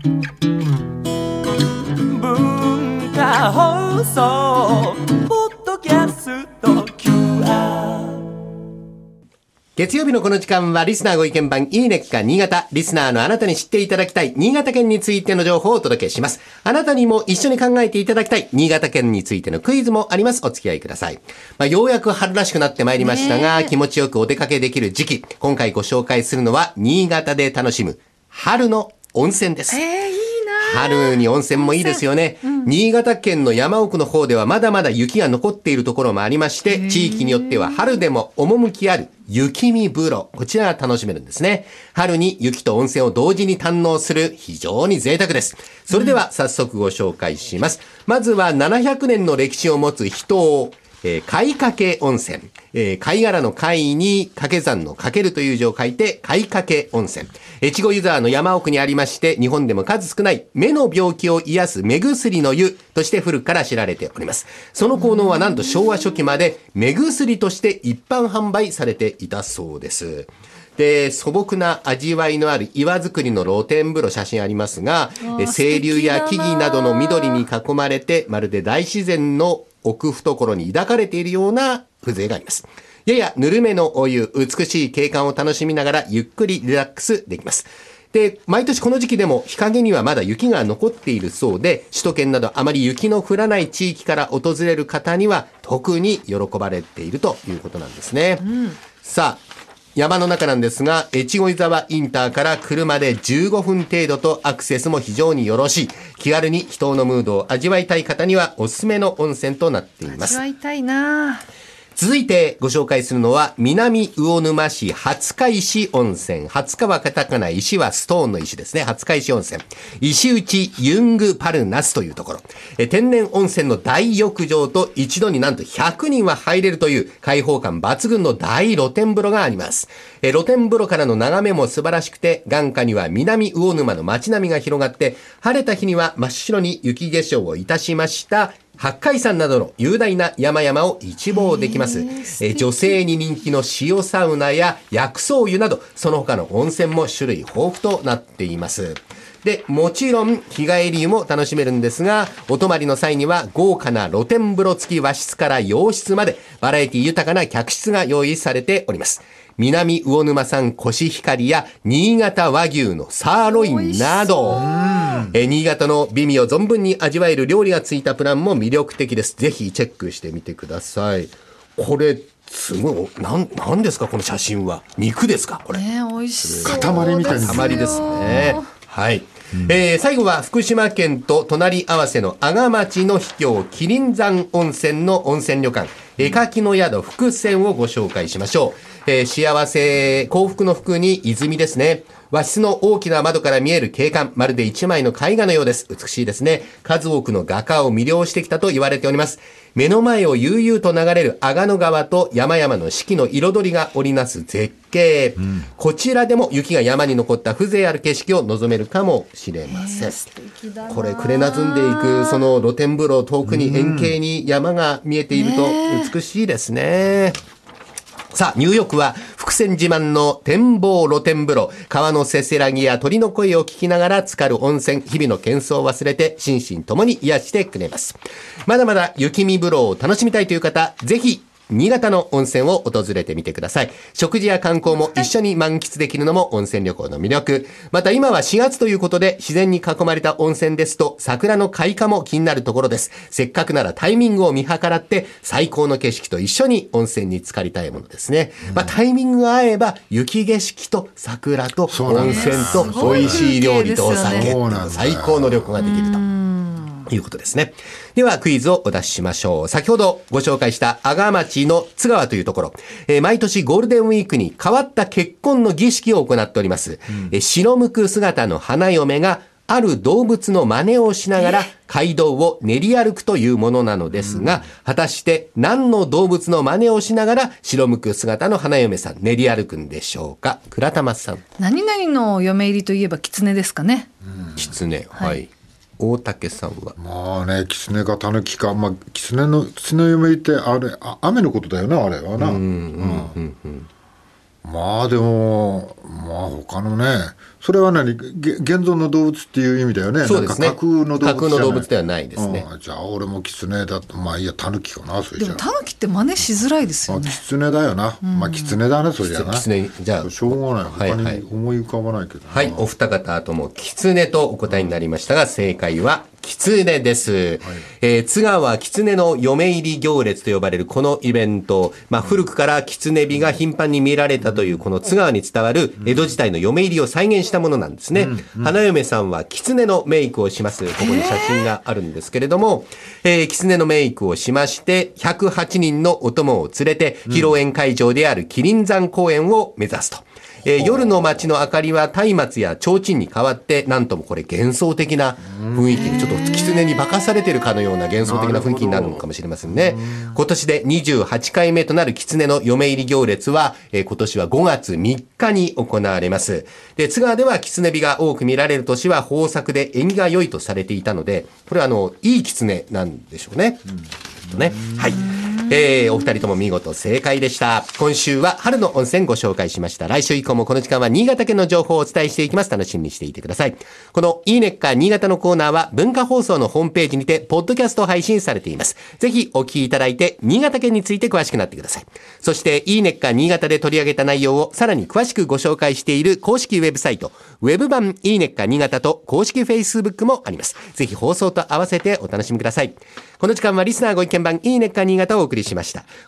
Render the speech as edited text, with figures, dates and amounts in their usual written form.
文化放送ポッドキャスト QR。 月曜日のこの時間はリスナーご意見番いいねっか新潟。リスナーのあなたに知っていただきたい新潟県についての情報をお届けします。あなたにも一緒に考えていただきたい新潟県についてのクイズもあります。お付き合いください。ようやく春らしくなってまいりましたが、気持ちよくお出かけできる時期。今回ご紹介するのは新潟で楽しむ春の温泉です。 いいな。 春に温泉もいいですよね、新潟県の山奥の方ではまだまだ雪が残っているところもありまして、地域によっては春でも趣ある雪見風呂、こちらが楽しめるんですね。春に雪と温泉を同時に堪能する非常に贅沢です。それでは早速ご紹介します。まずは700年の歴史を持つ秘湯、貝掛温泉。貝殻の貝に掛け算の掛けるという字を書いて貝掛温泉。越後湯沢の山奥にありまして、日本でも数少ない目の病気を癒す目薬の湯として古くから知られております。その効能はなんと昭和初期まで目薬として一般販売されていたそうです。で、素朴な味わいのある岩作りの露天風呂、写真ありますが、清流や木々などの緑に囲まれて、まるで大自然の奥懐に抱かれているような風情があります。ややぬるめのお湯、美しい景観を楽しみながらゆっくりリラックスできます。で、毎年この時期でも日陰にはまだ雪が残っているそうで、首都圏などあまり雪の降らない地域から訪れる方には特に喜ばれているということなんですね。さあ、山の中なんですが、越後湯沢インターから車で15分程度とアクセスも非常によろしい。気軽に秘湯のムードを味わいたい方にはおすすめの温泉となっています。 味わいたいな。 続いてご紹介するのは南魚沼市廿日石温泉。20日はカタカナ、石はストーンの石ですね。廿日石温泉。石内ユングパルナスというところ。天然温泉の大浴場と一度になんと100人は入れるという開放感抜群の大露天風呂があります。露天風呂からの眺めも素晴らしくて、眼下には南魚沼の街並みが広がって、晴れた日には真っ白に雪化粧をいたしました八海山などの雄大な山々を一望できます。女性に人気の塩サウナや薬草湯など、その他の温泉も種類豊富となっています。で、もちろん日帰り湯も楽しめるんですが、お泊まりの際には豪華な露天風呂付き和室から洋室までバラエティ豊かな客室が用意されております。南魚沼産コシヒカリや新潟和牛のサーロインなど、新潟の美味を存分に味わえる料理がついたプランも魅力的です。ぜひチェックしてみてください。これすごい、なんですかこの写真は。肉ですかこれ。 美味しそう。 塊みたいな塊ですね。はい。最後は福島県と隣り合わせの阿賀町の秘境麒麟山温泉の温泉旅館絵描きの宿福泉をご紹介しましょう。幸せ幸福の福に泉ですね。和室の大きな窓から見える景観、まるで一枚の絵画のようです。美しいですね。数多くの画家を魅了してきたと言われております。目の前を悠々と流れる阿賀野川と山々の四季の彩りが織りなす絶景、こちらでも雪が山に残った風情ある景色を望めるかもしれません。これくれなずんでいくその露天風呂、遠くに円形に山が見えていると美しいですね。さあ、ニューヨークは福泉自慢の展望露天風呂、川のせせらぎや鳥の声を聞きながら浸かる温泉、日々の喧騒を忘れて心身ともに癒してくれます。まだまだ雪見風呂を楽しみたいという方、ぜひ新潟の温泉を訪れてみてください。食事や観光も一緒に満喫できるのも温泉旅行の魅力。また今は4月ということで自然に囲まれた温泉ですと桜の開花も気になるところです。せっかくならタイミングを見計らって最高の景色と一緒に温泉に浸かりたいものですね。タイミングが合えば雪景色と桜と温泉と美味しい料理とお酒、最高の旅行ができるということですね。ではクイズをお出ししましょう。先ほどご紹介した阿賀町の津川というところ、毎年ゴールデンウィークに変わった結婚の儀式を行っております。白むく姿の花嫁がある動物の真似をしながら街道を練り歩くというものなのですが、果たして何の動物の真似をしながら白むく姿の花嫁さん練り歩くんでしょうか。倉玉さん。 何々の嫁入りといえば狐ですかね。 狐、はい。大竹さんは。 まあね、狐か狸か、狐の嫁入りってあれ雨のことだよな、あれはな。 まあでも、まあ他のね、それは何、現存の動物っていう意味だよね。 そうですね。 なんか架空の動物じゃない。 架空の動物ではないですね。 じゃあ俺もキツネだと、まあいいや、タヌキかな、それじゃでもタヌキって真似しづらいですよね。 キツネだよな。まあキツネだね、それじゃな。 キツネ、じゃあ。 しょうがない。他はいはいに思い浮かばないけどな。 はい、お二方ともキツネとお答えになりましたが、正解はキツネです。津川キツネの嫁入り行列と呼ばれるこのイベント、古くからキツネ火が頻繁に見られたというこの津川に伝わる江戸時代の嫁入りを再現したものなんですね。花嫁さんはキツネのメイクをします。ここに写真があるんですけれども、キツネのメイクをしまして、108人のお供を連れて、披露宴会場である麒麟山公園を目指すと。夜の街の明かりは松明や提灯に変わって、なんともこれ幻想的な雰囲気に、ちょっと狐に化かされているかのような幻想的な雰囲気になるのかもしれませんね。今年で28回目となる狐の嫁入り行列は、今年は5月3日に行われます。で、津川では狐火が多く見られる年は豊作で縁起が良いとされていたので、これはいい狐なんでしょうね。ね。はい。お二人とも見事正解でした。今週は春の温泉ご紹介しました。来週以降もこの時間は新潟県の情報をお伝えしていきます。楽しみにしていてください。このいいねっか新潟のコーナーは文化放送のホームページにてポッドキャスト配信されています。ぜひお聞きいただいて新潟県について詳しくなってください。そしていいねっか新潟で取り上げた内容をさらに詳しくご紹介している公式ウェブサイト、ウェブ版いいねっか新潟と公式フェイスブックもあります。ぜひ放送と合わせてお楽しみください。この時間はリスナーご意見番いいねっか新潟をお送りしました。